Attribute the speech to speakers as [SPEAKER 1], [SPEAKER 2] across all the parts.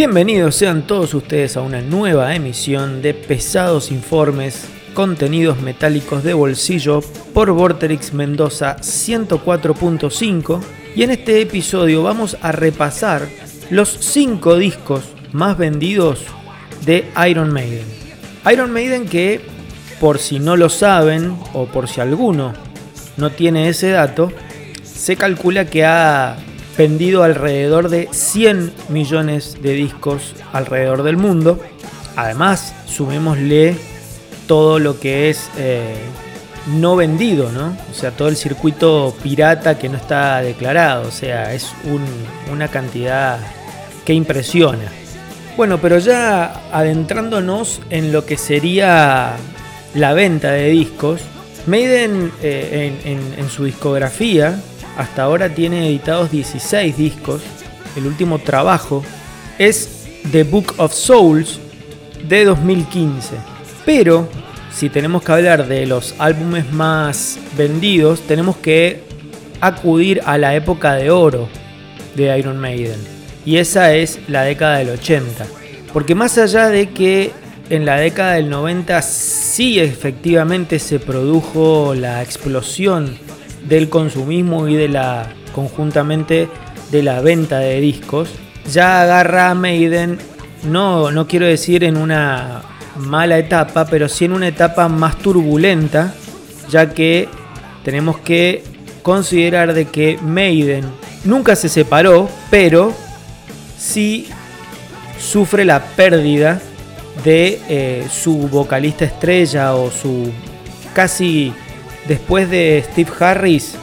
[SPEAKER 1] Bienvenidos sean todos ustedes a una nueva emisión de Pesados Informes, contenidos metálicos de bolsillo por Vorterix Mendoza 104.5, y en este episodio vamos a repasar los 5 discos más vendidos de Iron Maiden. Iron Maiden que, por si no lo saben o por si alguno no tiene ese dato, se calcula que ha vendido alrededor de 100 millones de discos alrededor del mundo. Además, sumémosle todo lo que es no vendido, ¿no? O sea, todo el circuito pirata que no está declarado. O sea, es una cantidad que impresiona. Bueno, pero ya adentrándonos en lo que sería la venta de discos, Maiden en su discografía hasta ahora tiene editados 16 discos. El último trabajo es The Book of Souls de 2015. Pero si tenemos que hablar de los álbumes más vendidos, tenemos que acudir a la época de oro de Iron Maiden. Y esa es la década del 80. Porque más allá de que en la década del 90 sí efectivamente se produjo la explosión del consumismo y conjuntamente de la venta de discos, ya agarra a Maiden, no quiero decir en una mala etapa, pero sí en una etapa más turbulenta, ya que tenemos que considerar de que Maiden nunca se separó, pero sí sufre la pérdida de su vocalista estrella, o su casi después de Steve Harris,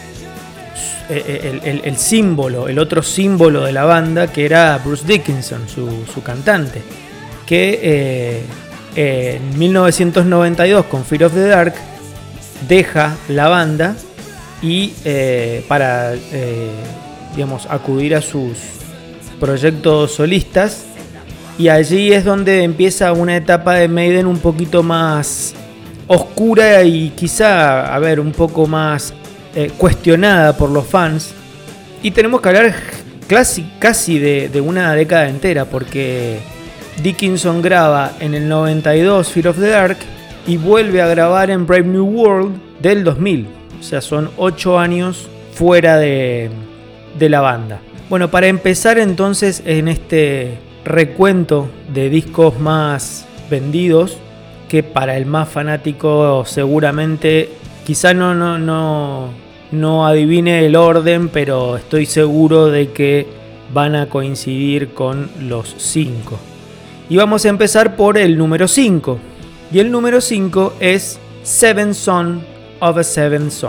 [SPEAKER 1] el símbolo, el otro símbolo de la banda, que era Bruce Dickinson, su cantante, que en 1992 con Fear of the Dark deja la banda y para acudir a sus proyectos solistas, y allí es donde empieza una etapa de Maiden un poquito más oscura y quizá, un poco más cuestionada por los fans. Y tenemos que hablar casi de una década entera, porque Dickinson graba en el 92 Fear of the Dark y vuelve a grabar en Brave New World del 2000. O sea, son 8 años fuera de la banda. Bueno, para empezar entonces en este recuento de discos más vendidos, que para el más fanático seguramente quizá no adivine el orden, pero estoy seguro de que van a coincidir con los 5. Y vamos a empezar por el número 5. Y el número 5 es Seventh Son of a Seventh Son.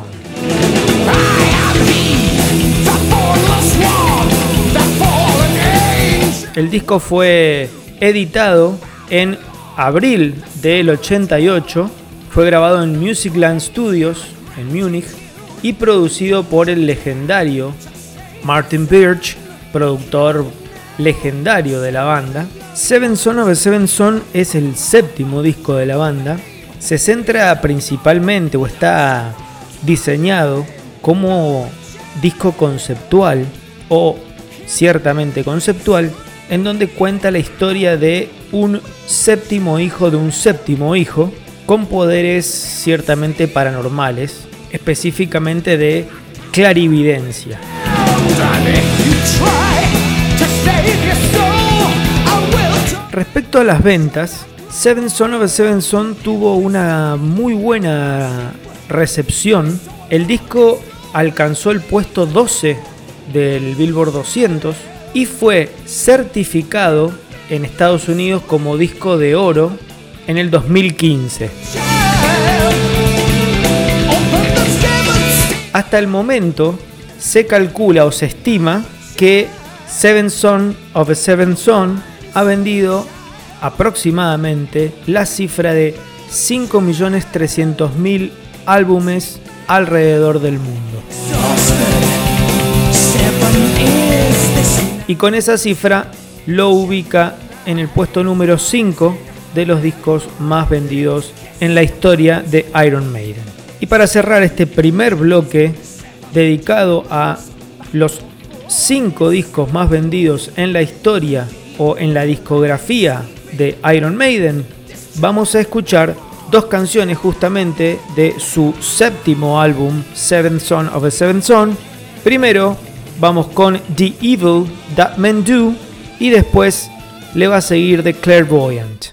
[SPEAKER 1] El disco fue editado en abril del 88, fue grabado en Musicland Studios en Múnich y producido por el legendario Martin Birch, productor legendario de la banda. Seventh Son of a Seventh Son es el 7º disco de la banda. Se centra principalmente, o está diseñado como disco conceptual, o ciertamente conceptual, en donde cuenta la historia de un séptimo hijo de un séptimo hijo con poderes ciertamente paranormales, específicamente de clarividencia. Respecto a las ventas, Seventh Son of a Seventh Son tuvo una muy buena recepción. El disco alcanzó el puesto 12 del Billboard 200 y fue certificado en Estados Unidos como disco de oro en el 2015. Hasta el momento se calcula o se estima que Seventh Son of a Seventh Son ha vendido aproximadamente la cifra de 5.300.000 álbumes alrededor del mundo. Y con esa cifra lo ubica en el puesto número 5 de los discos más vendidos en la historia de Iron Maiden. Y para cerrar este primer bloque dedicado a los 5 discos más vendidos en la historia o en la discografía de Iron Maiden, vamos a escuchar dos canciones justamente de su séptimo álbum, Seventh Son of a Seventh Son. Primero vamos con The Evil That Men Do y después le va a seguir The Clairvoyant.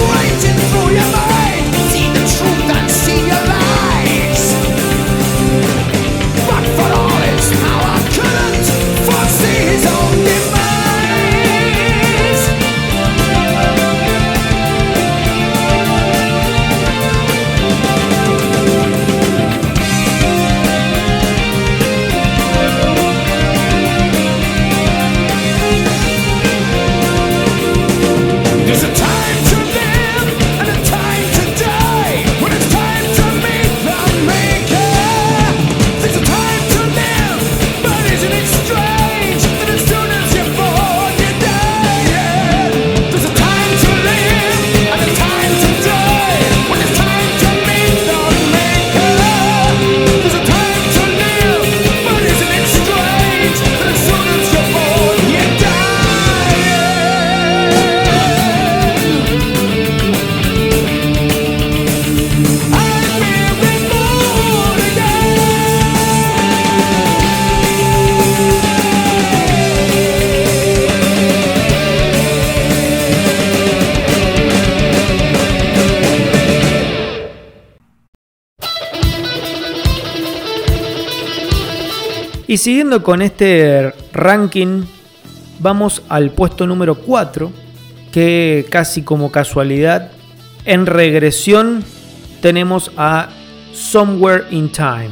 [SPEAKER 1] Y siguiendo con este ranking, vamos al puesto número 4, que casi como casualidad, en regresión tenemos a Somewhere in Time.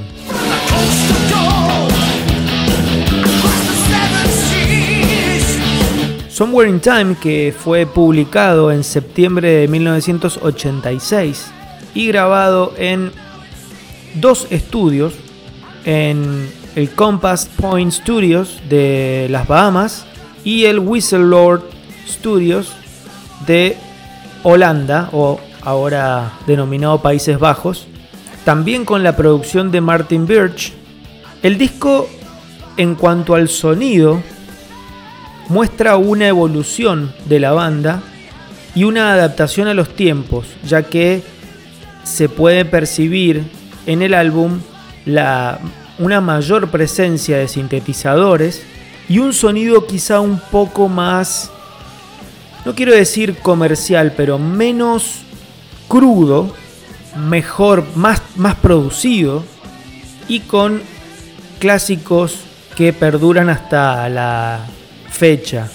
[SPEAKER 1] Somewhere in Time, que fue publicado en septiembre de 1986 y grabado en 2 estudios, en el Compass Point Studios de las Bahamas y el Whistlelord Studios de Holanda, o ahora denominado Países Bajos, también con la producción de Martin Birch. El disco, en cuanto al sonido, muestra una evolución de la banda y una adaptación a los tiempos, ya que se puede percibir en el álbum una mayor presencia de sintetizadores y un sonido quizá un poco más, no quiero decir comercial, pero menos crudo, mejor, más producido y con clásicos que perduran hasta la fecha.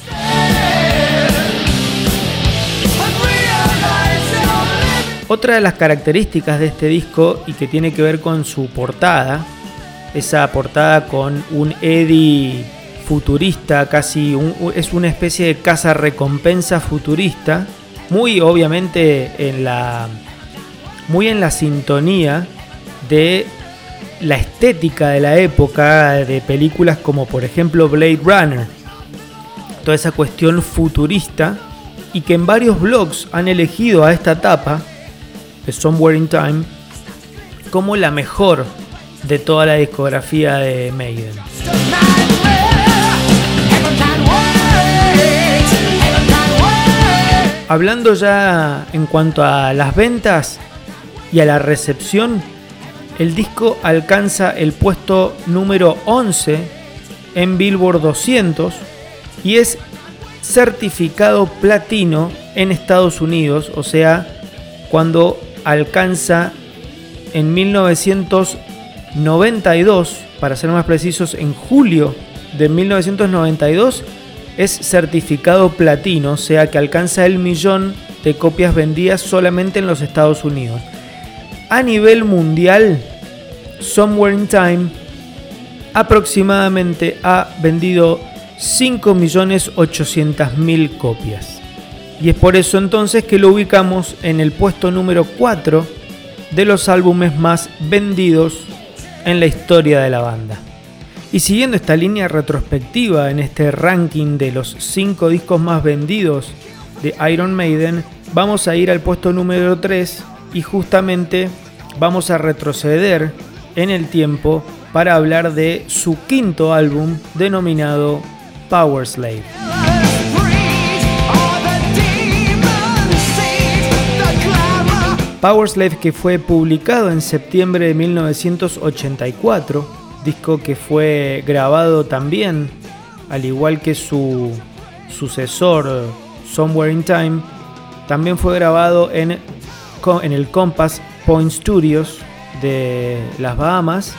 [SPEAKER 1] Otra de las características de este disco, y que tiene que ver con su portada, esa portada con un Eddie futurista, es una especie de caza-recompensa futurista, muy obviamente muy en la sintonía de la estética de la época, de películas como por ejemplo Blade Runner, toda esa cuestión futurista, y que en varios blogs han elegido a esta tapa de Somewhere in Time como la mejor de toda la discografía de Maiden. Hablando ya en cuanto a las ventas y a la recepción, el disco alcanza el puesto número 11 en Billboard 200 y es certificado platino en Estados Unidos, o sea, cuando alcanza en 1992, para ser más precisos, en julio de 1992, es certificado platino, o sea que alcanza el 1.000.000 de copias vendidas solamente en los Estados Unidos. A nivel mundial, Somewhere in Time aproximadamente ha vendido 5.800.000 copias. Y es por eso entonces que lo ubicamos en el puesto número 4 de los álbumes más vendidos en la historia de la banda. Y siguiendo esta línea retrospectiva en este ranking de los 5 discos más vendidos de Iron Maiden, vamos a ir al puesto número 3 y justamente vamos a retroceder en el tiempo para hablar de su quinto álbum denominado Powerslave. Powerslave, que fue publicado en septiembre de 1984, disco que fue grabado también, al igual que su sucesor Somewhere in Time, También fue grabado en el Compass Point Studios de las Bahamas.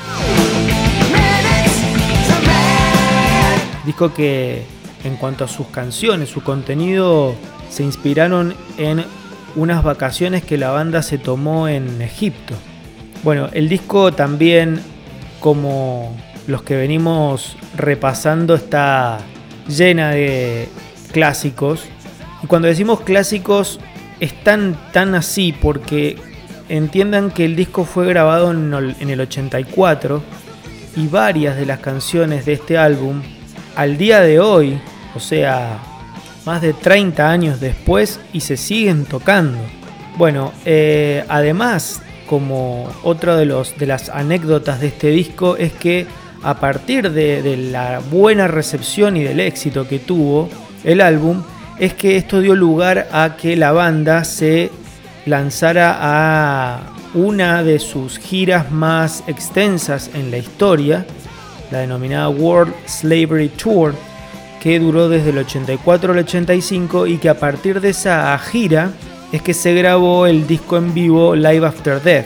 [SPEAKER 1] Disco que, en cuanto a sus canciones, su contenido, se inspiraron en unas vacaciones que la banda se tomó en Egipto. Bueno, el disco también, como los que venimos repasando, está llena de clásicos. Y cuando decimos clásicos, están tan así porque entiendan que el disco fue grabado en el 84 y varias de las canciones de este álbum, al día de hoy, o sea, más de 30 años después, y se siguen tocando. Bueno, además, como otra de las anécdotas de este disco, es que a partir de la buena recepción y del éxito que tuvo el álbum, es que esto dio lugar a que la banda se lanzara a una de sus giras más extensas en la historia, la denominada World Slavery Tour, que duró desde el 84 al 85, y que a partir de esa gira es que se grabó el disco en vivo Live After Death.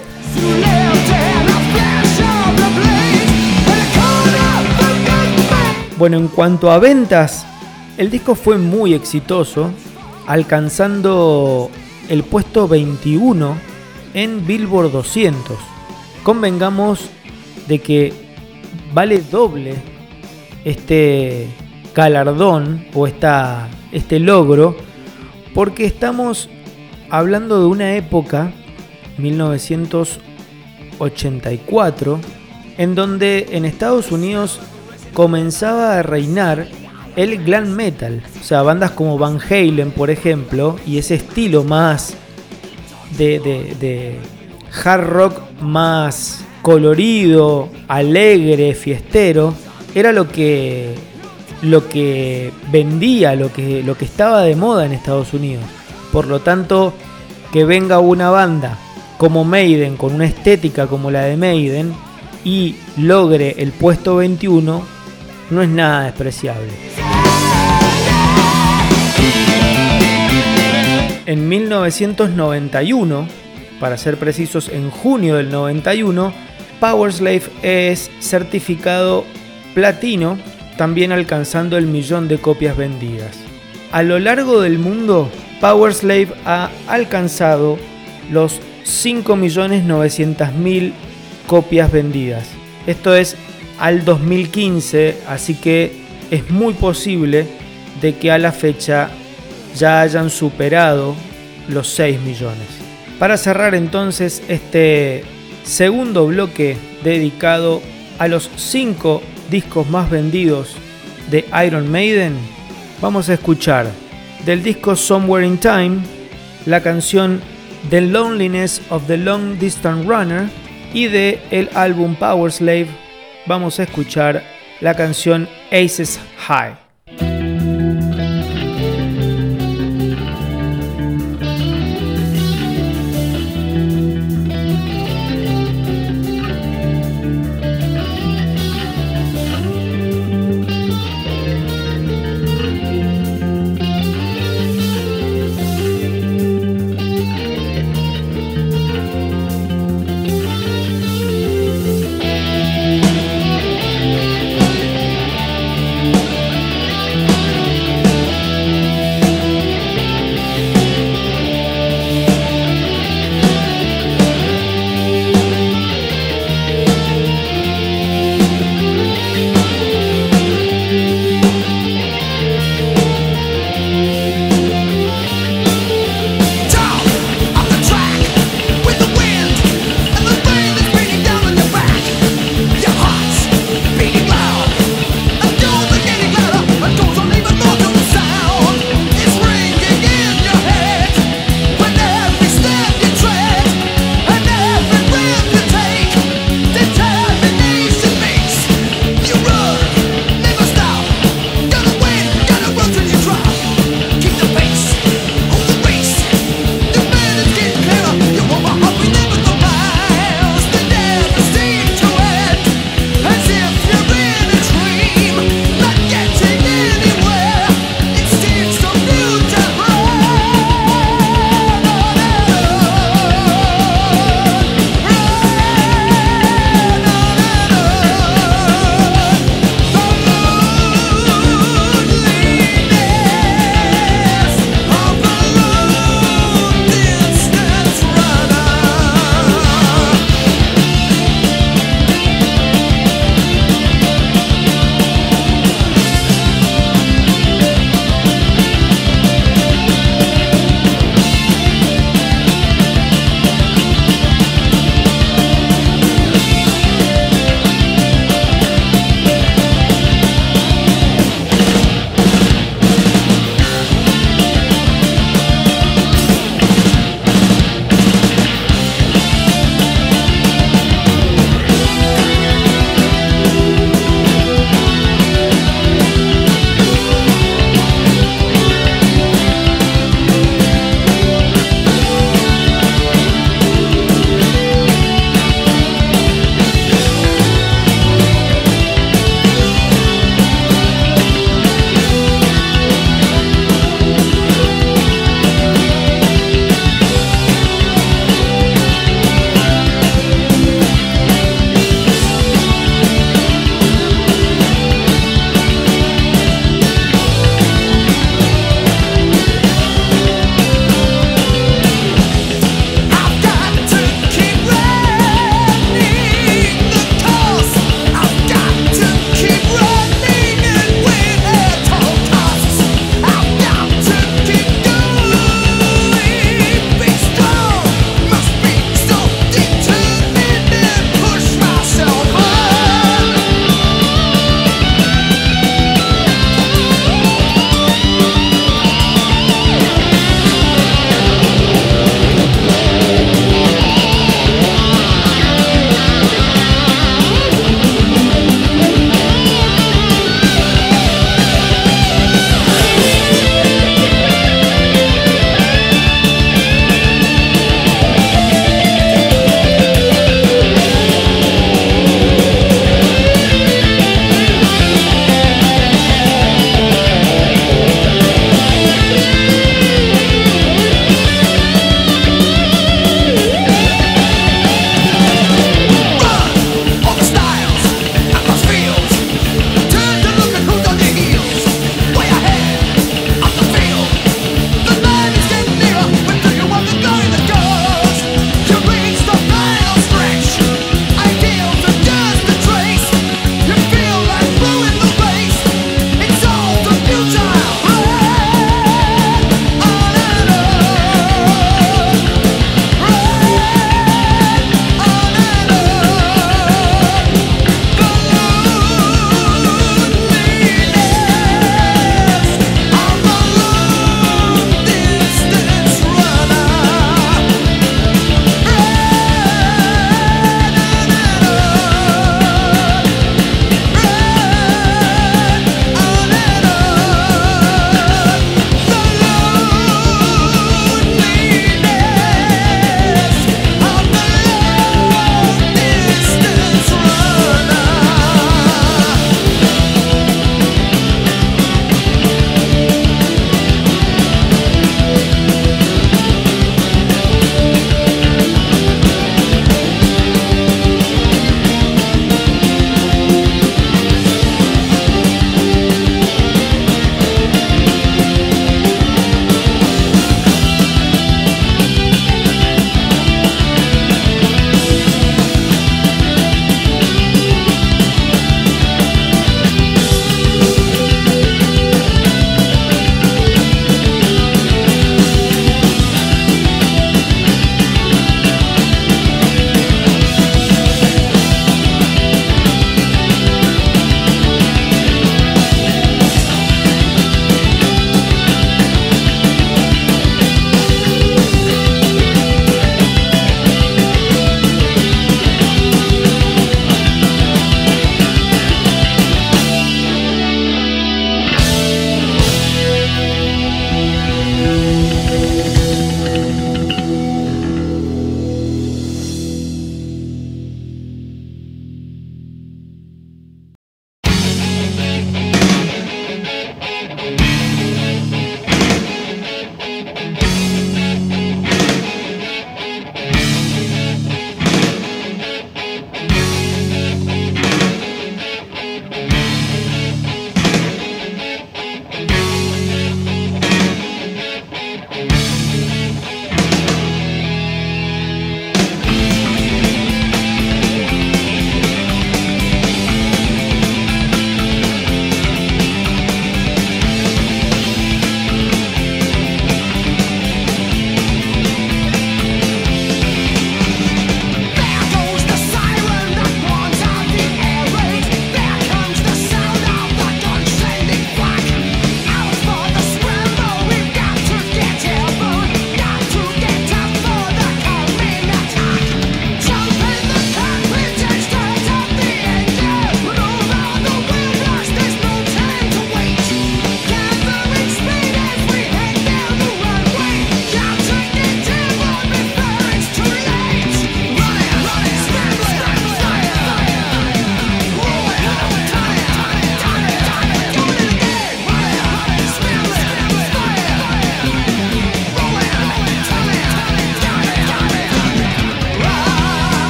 [SPEAKER 1] Bueno, en cuanto a ventas, el disco fue muy exitoso, alcanzando el puesto 21 en Billboard 200. Convengamos de que vale doble este galardón o este logro, porque estamos hablando de una época, 1984, en donde en Estados Unidos comenzaba a reinar el glam metal, o sea, bandas como Van Halen, por ejemplo, y ese estilo más de hard rock más colorido, alegre, fiestero, era lo que vendía, lo que estaba de moda en Estados Unidos. Por lo tanto, que venga una banda como Maiden, con una estética como la de Maiden, y logre el puesto 21, no es nada despreciable. En 1991, para ser precisos, en junio del 91, Powerslave es certificado platino, también alcanzando el 1.000.000 de copias vendidas. A lo largo del mundo, Powerslave ha alcanzado los 5.900.000 copias vendidas. Esto es al 2015, así que es muy posible de que a la fecha ya hayan superado los 6 millones. Para cerrar entonces este segundo bloque dedicado a los 5 discos más vendidos de Iron Maiden, vamos a escuchar del disco Somewhere in Time la canción The Loneliness of the Long Distance Runner, y de el álbum Powerslave vamos a escuchar la canción Aces High.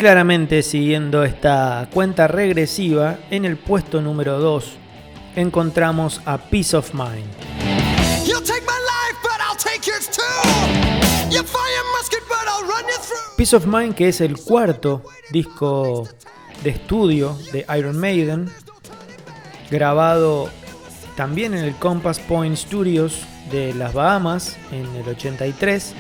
[SPEAKER 1] claramente siguiendo esta cuenta regresiva, en el puesto número 2 encontramos a Peace of Mind. Peace of Mind, que es el cuarto disco de estudio de Iron Maiden, grabado también en el Compass Point Studios de las Bahamas en el 83,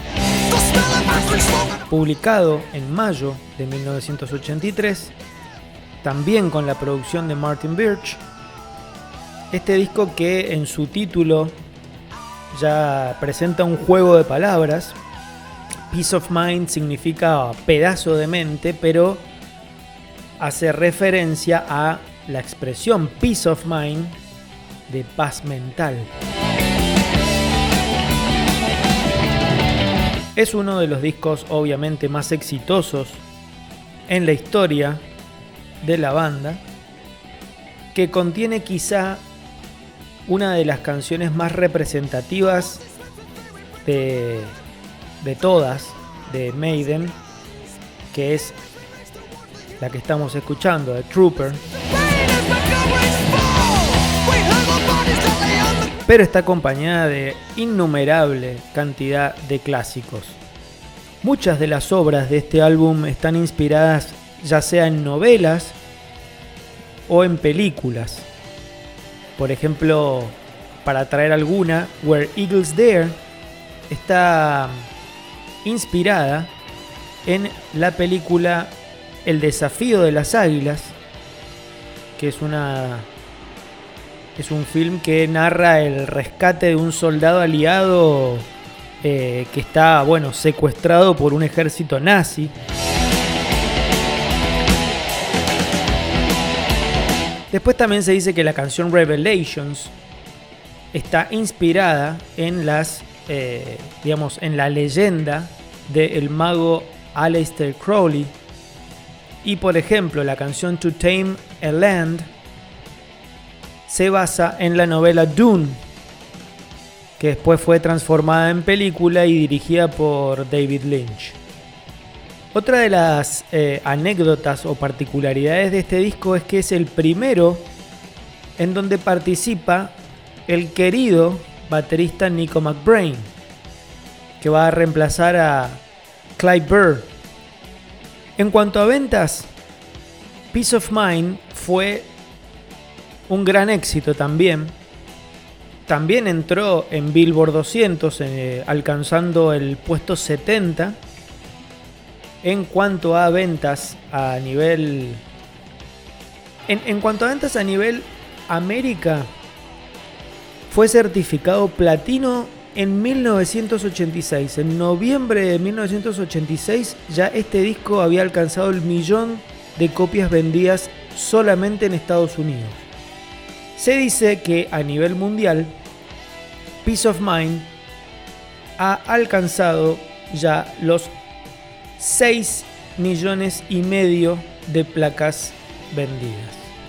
[SPEAKER 1] publicado en mayo de 1983, también con la producción de Martin Birch. Este disco, que en su título ya presenta un juego de palabras. Peace of Mind significa pedazo de mente, pero hace referencia a la expresión peace of mind, de paz mental. Es uno de los discos obviamente más exitosos en la historia de la banda, que contiene quizá una de las canciones más representativas de todas de Maiden, que es la que estamos escuchando, The Trooper, pero está acompañada de innumerable cantidad de clásicos. Muchas de las obras de este álbum están inspiradas ya sea en novelas o en películas. Por ejemplo, para traer alguna, Where Eagles Dare está inspirada en la película El desafío de las águilas, que es un film que narra el rescate de un soldado aliado que está, secuestrado por un ejército nazi. Después también se dice que la canción Revelations está inspirada en en la leyenda del mago Aleister Crowley. Y por ejemplo, la canción To Tame a Land se basa en la novela Dune, que después fue transformada en película y dirigida por David Lynch. Otra de las anécdotas o particularidades de este disco es que es el primero en donde participa el querido baterista Nico McBrain, que va a reemplazar a Clive Burr. En cuanto a ventas, Peace of Mind fue un gran éxito también. También entró en Billboard 200, alcanzando el puesto 70. En cuanto a ventas a nivel... En cuanto a ventas a nivel América, fue certificado platino en 1986. En noviembre de 1986 ya este disco había alcanzado el 1.000.000 de copias vendidas solamente en Estados Unidos. Se dice que a nivel mundial, Peace of Mind ha alcanzado ya los 6,5 millones de placas vendidas.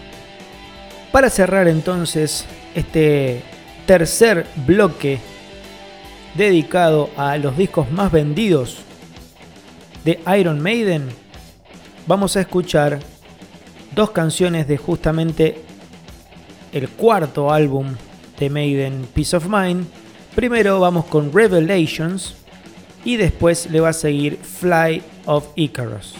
[SPEAKER 1] Para cerrar entonces este tercer bloque dedicado a los discos más vendidos de Iron Maiden, vamos a escuchar dos canciones de justamente el cuarto álbum de Maiden, Peace of Mind. Primero vamos con Revelations y después le va a seguir Fly of Icarus.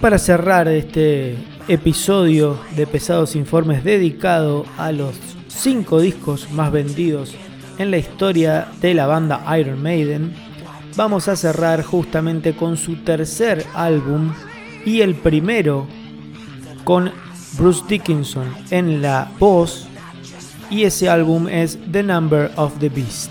[SPEAKER 1] para cerrar este episodio de Pesados Informes dedicado a los 5 discos más vendidos en la historia de la banda Iron Maiden, vamos a cerrar justamente con su tercer álbum y el primero con Bruce Dickinson en la voz, y ese álbum es The Number of the Beast.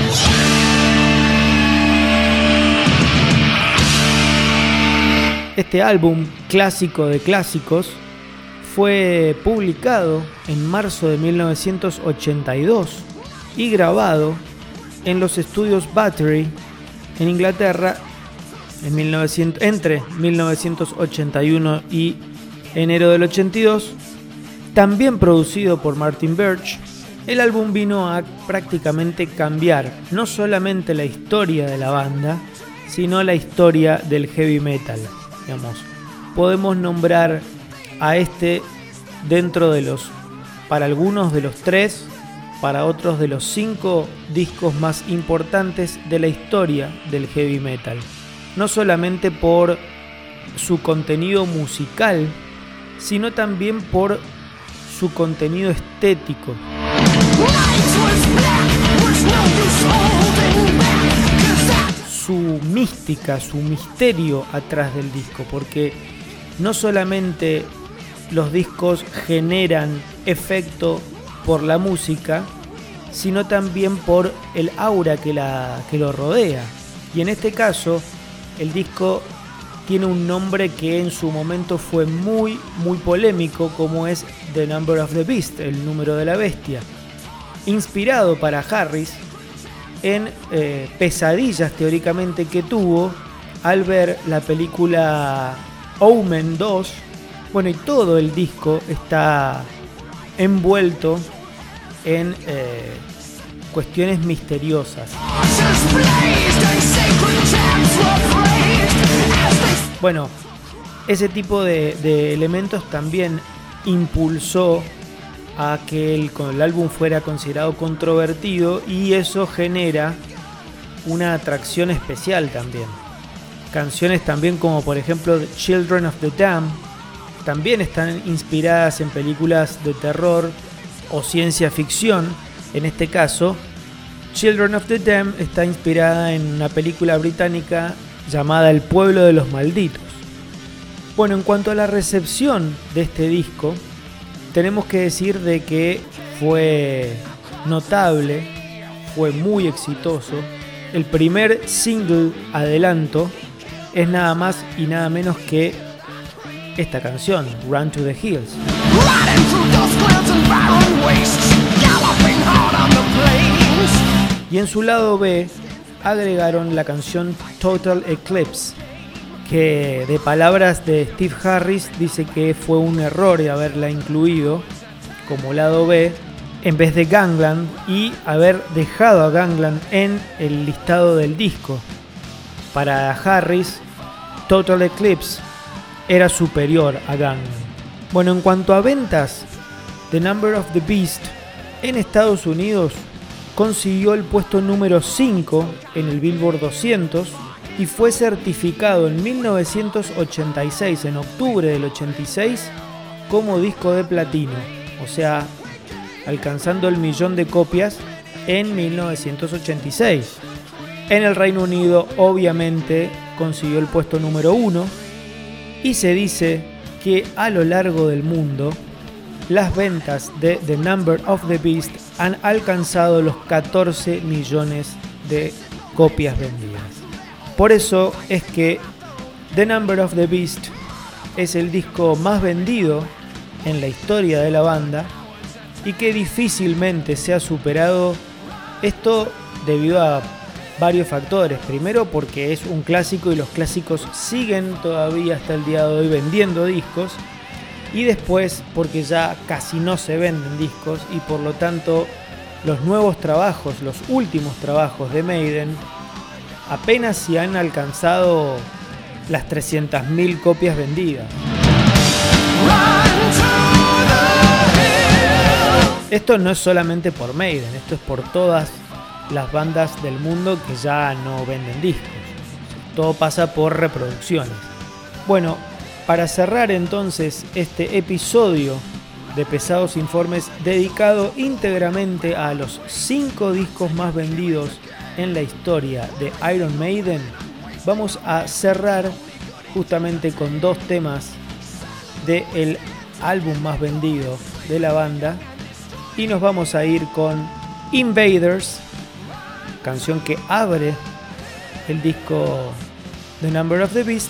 [SPEAKER 1] Este álbum, clásico de clásicos, fue publicado en marzo de 1982 y grabado en los estudios Battery en Inglaterra entre 1981 y enero del 82, también producido por Martin Birch. El álbum vino a prácticamente cambiar no solamente la historia de la banda, sino la historia del heavy metal. Digamos, podemos nombrar a este dentro de los, para algunos de los 3, para otros de los 5 discos más importantes de la historia del heavy metal. No solamente por su contenido musical, sino también por su contenido estético. Su mística, su misterio atrás del disco, porque no solamente los discos generan efecto por la música, sino también por el aura que lo rodea. Y en este caso, el disco tiene un nombre que en su momento fue muy polémico, como es The Number of the Beast, el número de la bestia, inspirado para Harris en pesadillas teóricamente que tuvo al ver la película Omen 2. Bueno, y todo el disco está envuelto en cuestiones misteriosas. Bueno, ese tipo de elementos también impulsó a que el álbum fuera considerado controvertido, y eso genera una atracción especial también. Canciones también como por ejemplo Children of the Damned también están inspiradas en películas de terror o ciencia ficción. En este caso, Children of the Damned está inspirada en una película británica llamada El Pueblo de los Malditos. Bueno, en cuanto a la recepción de este disco, tenemos que decir de que fue notable, fue muy exitoso. El primer single adelanto es nada más y nada menos que esta canción, Run to the Hills. Y en su lado B agregaron la canción Total Eclipse, que de palabras de Steve Harris dice que fue un error de haberla incluido como lado B en vez de Gangland y haber dejado a Gangland en el listado del disco. Para Harris, Total Eclipse era superior a Gangland. Bueno, en cuanto a ventas, The Number of the Beast en Estados Unidos consiguió el puesto número 5 en el Billboard 200 y fue certificado en 1986, en octubre del 86, como disco de platino, o sea, alcanzando el 1.000.000 de copias en 1986. En el Reino Unido, obviamente, consiguió el puesto número 1, y se dice que a lo largo del mundo las ventas de The Number of the Beast han alcanzado los 14 millones de copias vendidas. Por eso es que The Number of the Beast es el disco más vendido en la historia de la banda y que difícilmente se ha superado. Esto debido a varios factores. Primero, porque es un clásico y los clásicos siguen todavía hasta el día de hoy vendiendo discos. Y después, porque ya casi no se venden discos y por lo tanto los nuevos trabajos, los últimos trabajos de Maiden, apenas si han alcanzado las 300.000 copias vendidas. Esto no es solamente por Maiden, esto es por todas las bandas del mundo que ya no venden discos. Todo pasa por reproducciones. Bueno, Para cerrar entonces este episodio de Pesados Informes dedicado íntegramente a los 5 discos más vendidos en la historia de Iron Maiden, vamos a cerrar justamente con 2 temas del álbum más vendido de la banda y nos vamos a ir con Invaders, canción que abre el disco The Number of the Beast,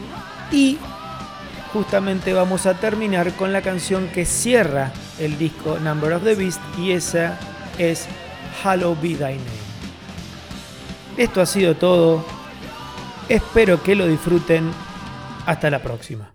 [SPEAKER 1] y justamente vamos a terminar con la canción que cierra el disco Number of the Beast, y esa es Hallowed Be Thy Name. Esto ha sido todo, espero que lo disfruten, hasta la próxima.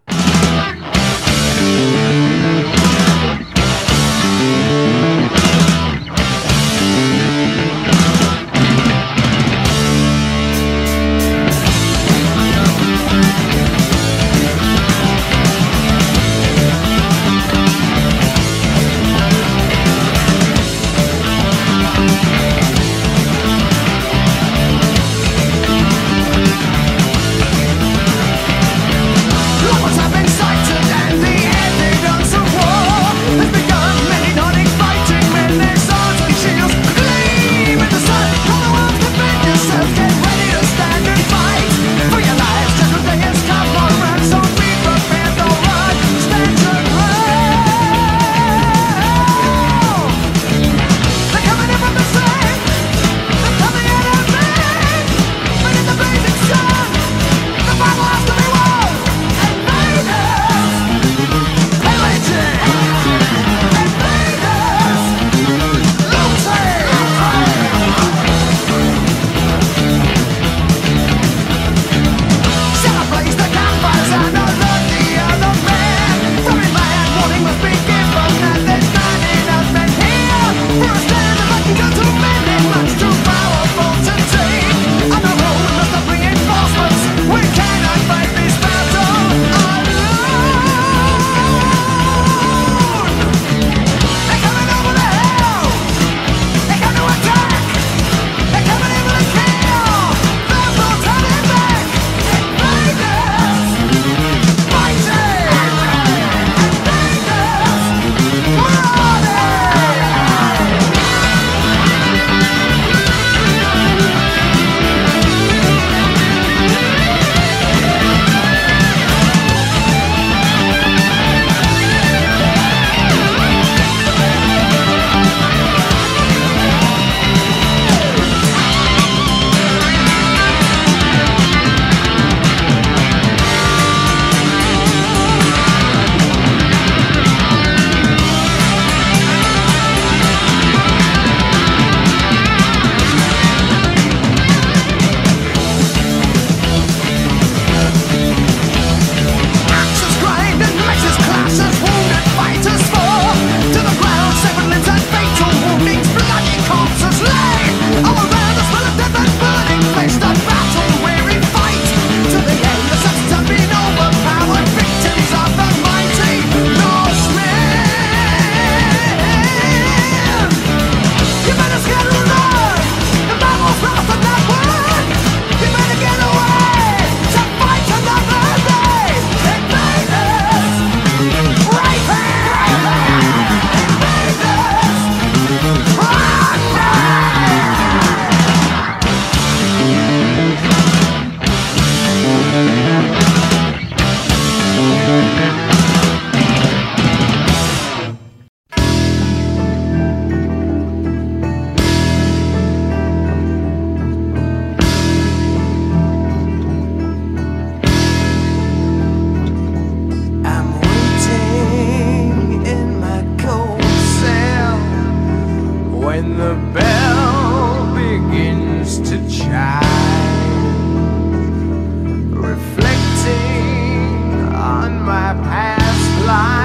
[SPEAKER 2] Reflecting on my past life.